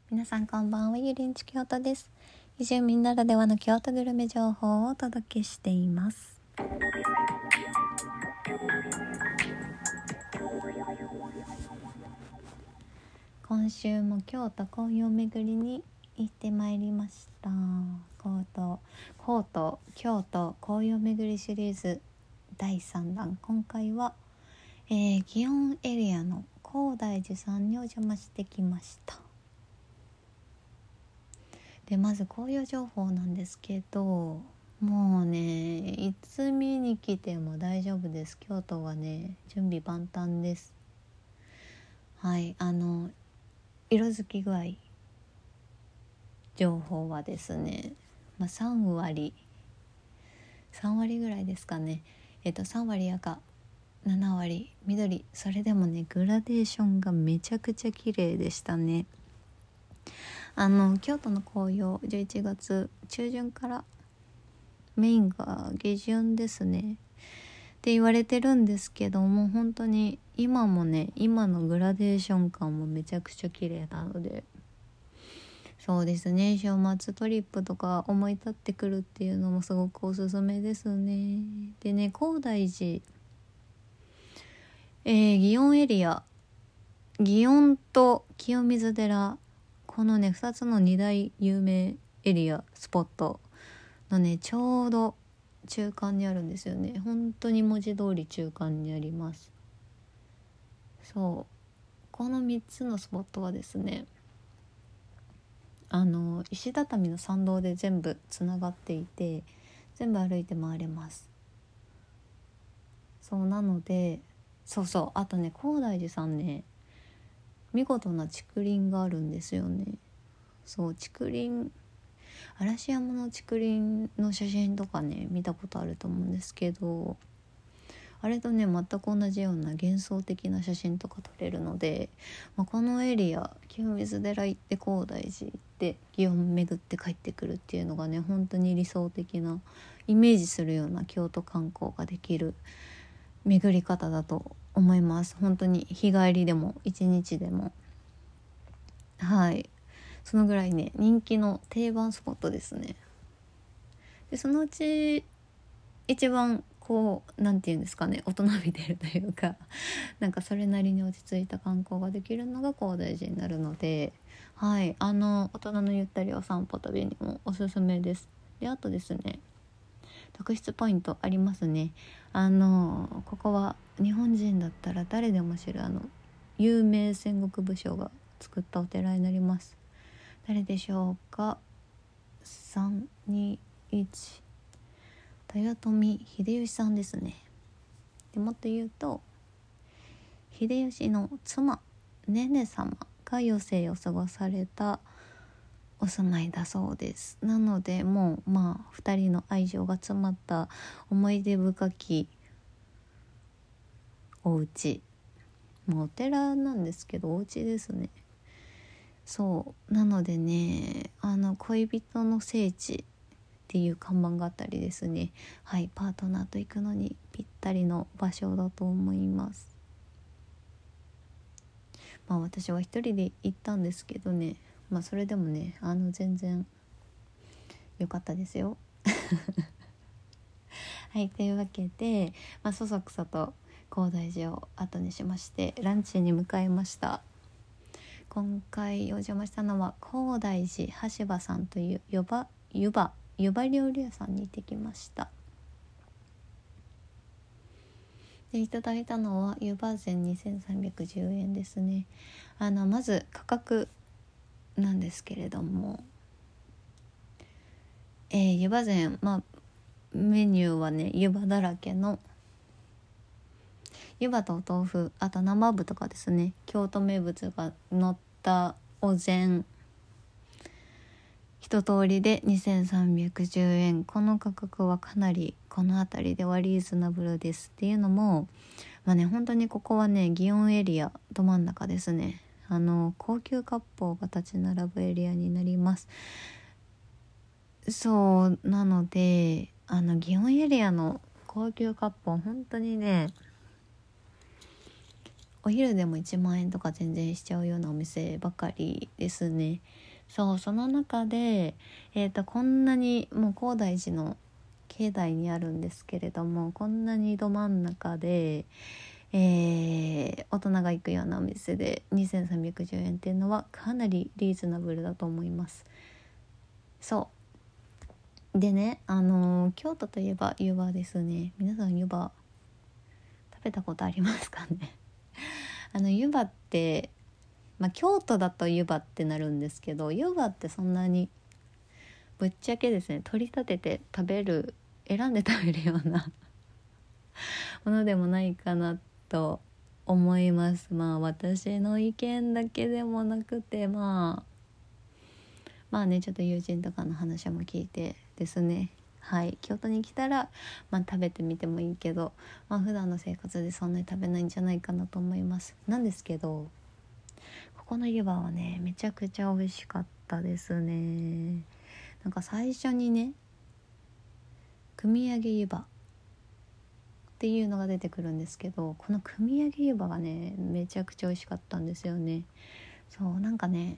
皆さんこんばんは、ゆりんち京都です。移住民ならではの京都グルメ情報をお届けしています。今週も京都紅葉巡りに行ってまいりました。京都紅葉巡りシリーズ第3弾、今回は、祇園エリアの高台寺さんにお邪魔してきました。でまず紅葉情報なんですけど、もうねいつ見に来ても大丈夫です。京都はね準備万端です。はい、色づき具合情報はですね、3割ぐらいですかね。3割赤、7割緑。それでもねグラデーションがめちゃくちゃ綺麗でしたね。京都の紅葉11月中旬からメインが下旬ですねって言われてるんですけども、本当に今のグラデーション感もめちゃくちゃ綺麗なので、そうですね、週末トリップとか思い立ってくるっていうのもすごくおすすめですね。でね、高台寺、祇園エリア、祇園と清水寺、このね2つの2大有名エリアスポットのねちょうど中間にあるんですよね。本当に文字通り中間にあります。そう、この3つのスポットはですね、石畳の参道で全部つながっていて、全部歩いて回れます。そうなので、あとね高台寺さんね、見事な竹林があるんですよね。そう、竹林、嵐山の竹林の写真とかね見たことあると思うんですけど、あれとね全く同じような幻想的な写真とか撮れるので、このエリア清水寺行って高台寺行って祇園巡って帰ってくるっていうのがね本当に理想的な、イメージするような京都観光ができる巡り方だと思います。本当に日帰りでも1日でも、はい、そのぐらいね人気の定番スポットですね。でそのうち一番なんていうんですかね、大人びてるというかなんかそれなりに落ち着いた観光ができるのが高台寺になるので、はい、大人のゆったりお散歩旅にもおすすめです。であとですね、特筆ポイントありますね。ここは日本人だったら誰でも知る有名戦国武将が作ったお寺になります。誰でしょうか。321、豊臣秀吉さんですね。でもっと言うと秀吉の妻ねね様が余生を過ごされたお住まいだそうです。なのでもう2人の愛情が詰まった思い出深きお家、お寺なんですけどお家ですね。そうなのでね、恋人の聖地っていう看板があったりですね、はい、パートナーと行くのにぴったりの場所だと思います。私は一人で行ったんですけどね、それでもね全然良かったですよはい、というわけで、そそくさと高台寺を後にしましてランチに向かいました。今回お邪魔したのは高台寺橋場さんという湯葉料理屋さんに行ってきました。でいただいたのは湯葉膳2310円ですね。まず価格なんですけれども、湯葉膳、メニューはね湯葉だらけの湯葉とお豆腐、あと生麩とかですね、京都名物が乗ったお膳一通りで2310円。この価格はかなりこの辺りではリーズナブルですっていうのも、本当にここはね祇園エリアど真ん中ですね。高級割烹が立ち並ぶエリアになります。そうなので祇園エリアの高級割烹本当にねお昼でも1万円とか全然しちゃうようなお店ばかりですね。そう、その中で、こんなにもう高大寺の境内にあるんですけれども、こんなにど真ん中で、大人が行くようなお店で2310円っていうのはかなりリーズナブルだと思います。そうでね、京都といえば湯葉ですね。皆さん湯葉食べたことありますかね。湯葉って、京都だと湯葉ってなるんですけど、湯葉ってそんなにぶっちゃけですね、取り立てて選んで食べるようなものでもないかなと思います。私の意見だけでもなくて、まあね、ちょっと友人とかの話も聞いてですね、はい、京都に来たら、食べてみてもいいけど、普段の生活でそんなに食べないんじゃないかなと思います。なんですけど、ここの湯葉はね、めちゃくちゃ美味しかったですね。なんか最初にね、組み上げ湯葉っていうのが出てくるんですけど、この組み上げ湯葉がね、めちゃくちゃ美味しかったんですよね。そう、なんかね、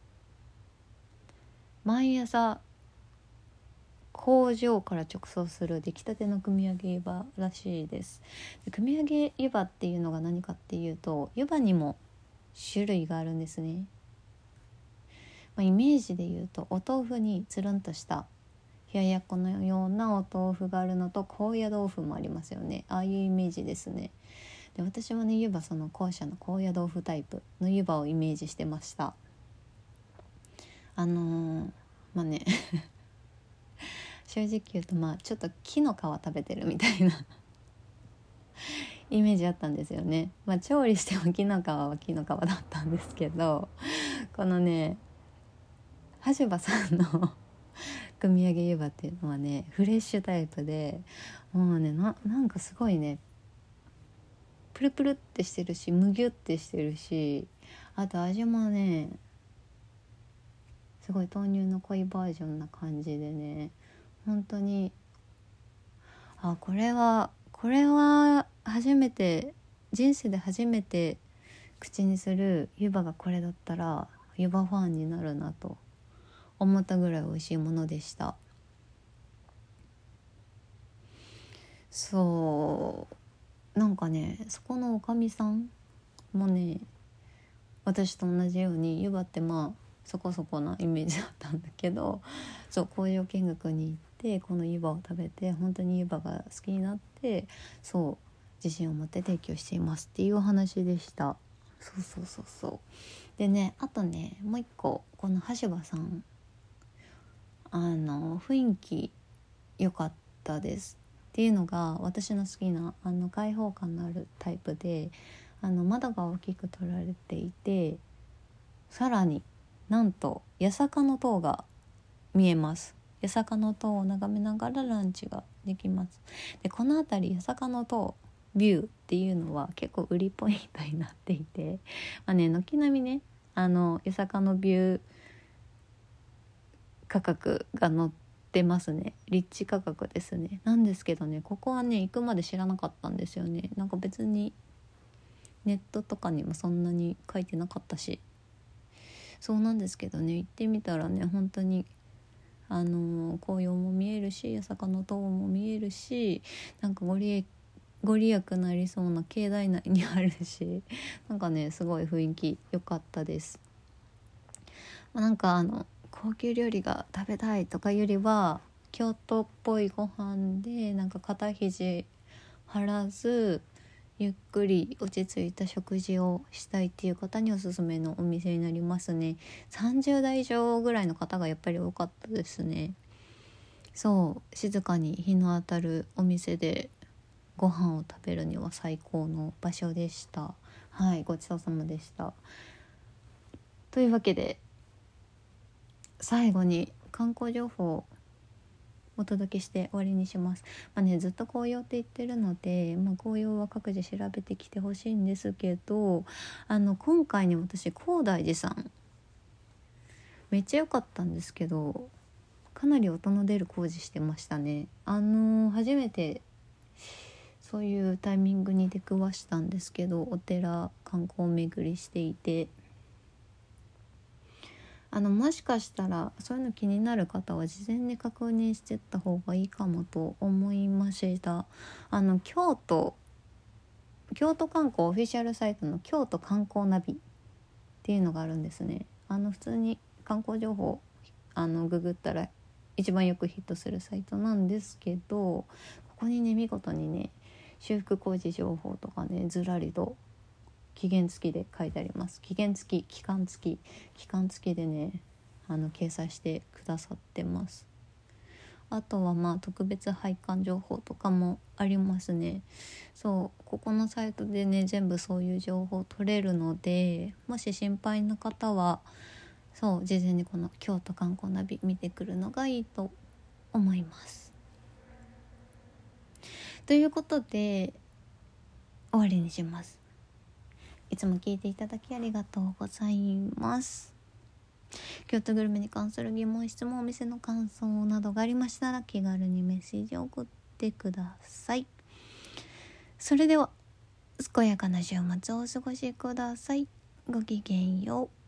毎朝工場から直送する出来たての組み上げ湯葉らしいです。で、組み上げ湯葉っていうのが何かっていうと、湯葉にも種類があるんですね。イメージで言うと、お豆腐につるんとした冷ややっこのようなお豆腐があるのと、高野豆腐もありますよね。ああいうイメージですね。で、私はね、湯葉その後者の高野豆腐タイプの湯葉をイメージしてました。ね正直言うと、ちょっと木の皮食べてるみたいなイメージあったんですよね。調理しても木の皮は木の皮だったんですけど、このね、橋場さんの組み上げ湯葉っていうのはね、フレッシュタイプで、もうね、なんかすごいね、プルプルってしてるし、むぎゅってしてるし、あと味もね、すごい豆乳の濃いバージョンな感じでね、本当にこれは人生で初めて口にする湯葉がこれだったら湯葉ファンになるなと思ったぐらい美味しいものでした。そうなんかね、そこのおかみさんもね、私と同じように湯葉ってそこそこなイメージだったんだけど、そう、工場見学に行ってこの湯葉を食べて本当に湯葉が好きになって、そう自信を持って提供していますっていうお話でした。そうでね、あとね、もう一個、この橋場さん雰囲気良かったですっていうのが、私の好きな開放感のあるタイプで、窓が大きく取られていて、さらになんと八坂の塔が見えます。八坂の塔を眺めながらランチができます。で、この辺り八坂の塔ビューっていうのは結構売りポイントになっていて、軒並みね、八坂のビュー価格が載ってますね。立地価格ですね。なんですけどね、ここはね、行くまで知らなかったんですよね。なんか別にネットとかにもそんなに書いてなかったし、そうなんですけどね、行ってみたらね、本当に紅葉も見えるし、八坂の塔も見えるし、なんかご利益なりそうな境内内にあるし、なんかね、すごい雰囲気良かったです。なんか高級料理が食べたいとかよりは、京都っぽいご飯でなんか肩肘張らずゆっくり落ち着いた食事をしたいっていう方におすすめのお店になりますね。30代以上ぐらいの方がやっぱり多かったですね。そう、静かに日の当たるお店でご飯を食べるには最高の場所でした。はい、ごちそうさまでした。というわけで、最後に観光情報をお届けして終わりにします。ずっと紅葉って言ってるので、紅葉は各自調べてきてほしいんですけど、今回に私高大寺さんめっちゃ良かったんですけど、かなり音の出る工事してましたね。初めてそういうタイミングに出くわしたんですけど、お寺観光巡りしていて、もしかしたらそういうの気になる方は事前に確認してった方がいいかもと思いました。京都観光オフィシャルサイトの京都観光ナビっていうのがあるんですね。普通に観光情報ググったら一番よくヒットするサイトなんですけど、ここにね見事にね修復工事情報とかねずらりと期限付きで書いてあります。期間付きでね掲載してくださってます。あとは特別拝観情報とかもありますね。そう、ここのサイトでね全部そういう情報取れるので、もし心配な方はそう事前にこの京都観光ナビ見てくるのがいいと思います。ということで終わりにします。いつも聞いていただきありがとうございます。京都グルメに関する疑問、質問、お店の感想などがありましたら気軽にメッセージを送ってください。それでは健やかな週末をお過ごしください。ごきげんよう。